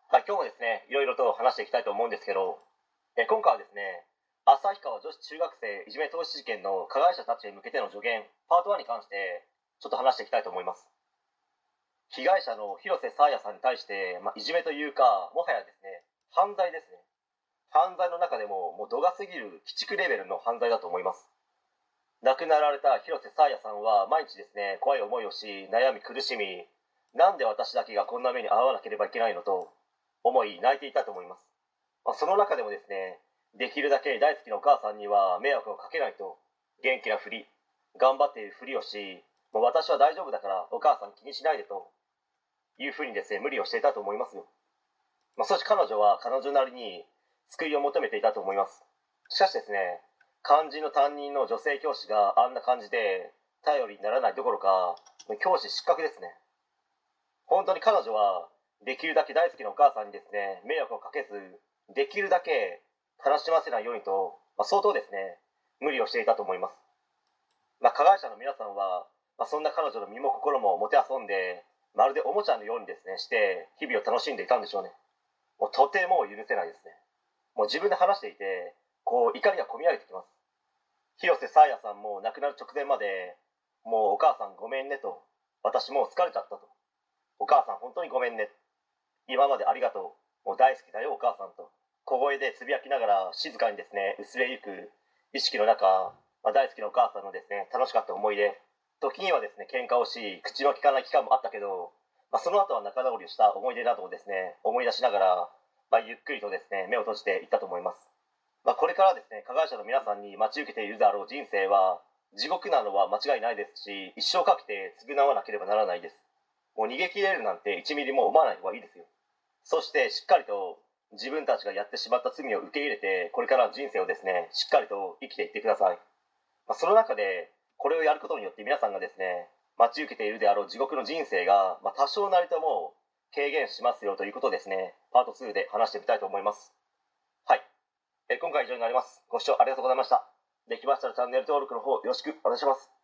はい、今日もですね、いろいろと話していきたいと思うんですけど、今回はですね、旭川女子中学生いじめ投資事件の加害者たちへ向けての助言、パート1に関して、ちょっと話していきたいと思います。被害者の広瀬沙彩さんに対して、いじめというか、もはやですね、犯罪ですね。犯罪の中でも、度が過ぎる鬼畜レベルの犯罪だと思います。亡くなられた広瀬沙彩さんは、毎日ですね、怖い思いをし、悩み苦しみ、なんで私だけがこんな目に遭わなければいけないのと、思い泣いていたと思います。その中でもですね、できるだけ大好きなお母さんには迷惑をかけないと、元気なふり、頑張っているふりをし、私は大丈夫だからお母さん気にしないでというふうにですね、無理をしていたと思いますよ。そして彼女は彼女なりに救いを求めていたと思います。しかしですね、肝心の担任の女性教師があんな感じで頼りにならないどころか、教師失格ですね。本当に彼女はできるだけ大好きなお母さんにですね、迷惑をかけず、できるだけ悲しませないようにと、相当ですね、無理をしていたと思います。加害者の皆さんは、そんな彼女の身も心ももてあそんで、まるでおもちゃのようにですね、して日々を楽しんでいたんでしょうね。もうとても許せないですね。もう自分で話していて、こう怒りがこみ上げてきます。広瀬沙彩さんも亡くなる直前まで、もうお母さんごめんねと、私もう疲れちゃったと、お母さん本当にごめんね、今までありがとう、もう大好きだよお母さんと小声でつぶやきながら静かにですね薄れゆく意識の中、大好きなお母さんのですね楽しかった思い出、時にはですね喧嘩をし口の利かない期間もあったけど、その後は仲直りをした思い出などをですね思い出しながら、ゆっくりとですね目を閉じていったと思います。これからですね加害者の皆さんに待ち受けているであろう人生は地獄なのは間違いないですし、一生かけて償わなければならないです。もう逃げ切れるなんて1ミリも思わない方がいいですよ。そしてしっかりと自分たちがやってしまった罪を受け入れて、これからの人生をですねしっかりと生きていってください。その中でこれをやることによって皆さんがですね待ち受けているであろう地獄の人生が、多少なりとも軽減しますよということをですねパート2で話してみたいと思います。はい、今回は以上になります。ご視聴ありがとうございました。できましたらチャンネル登録の方よろしくお願いします。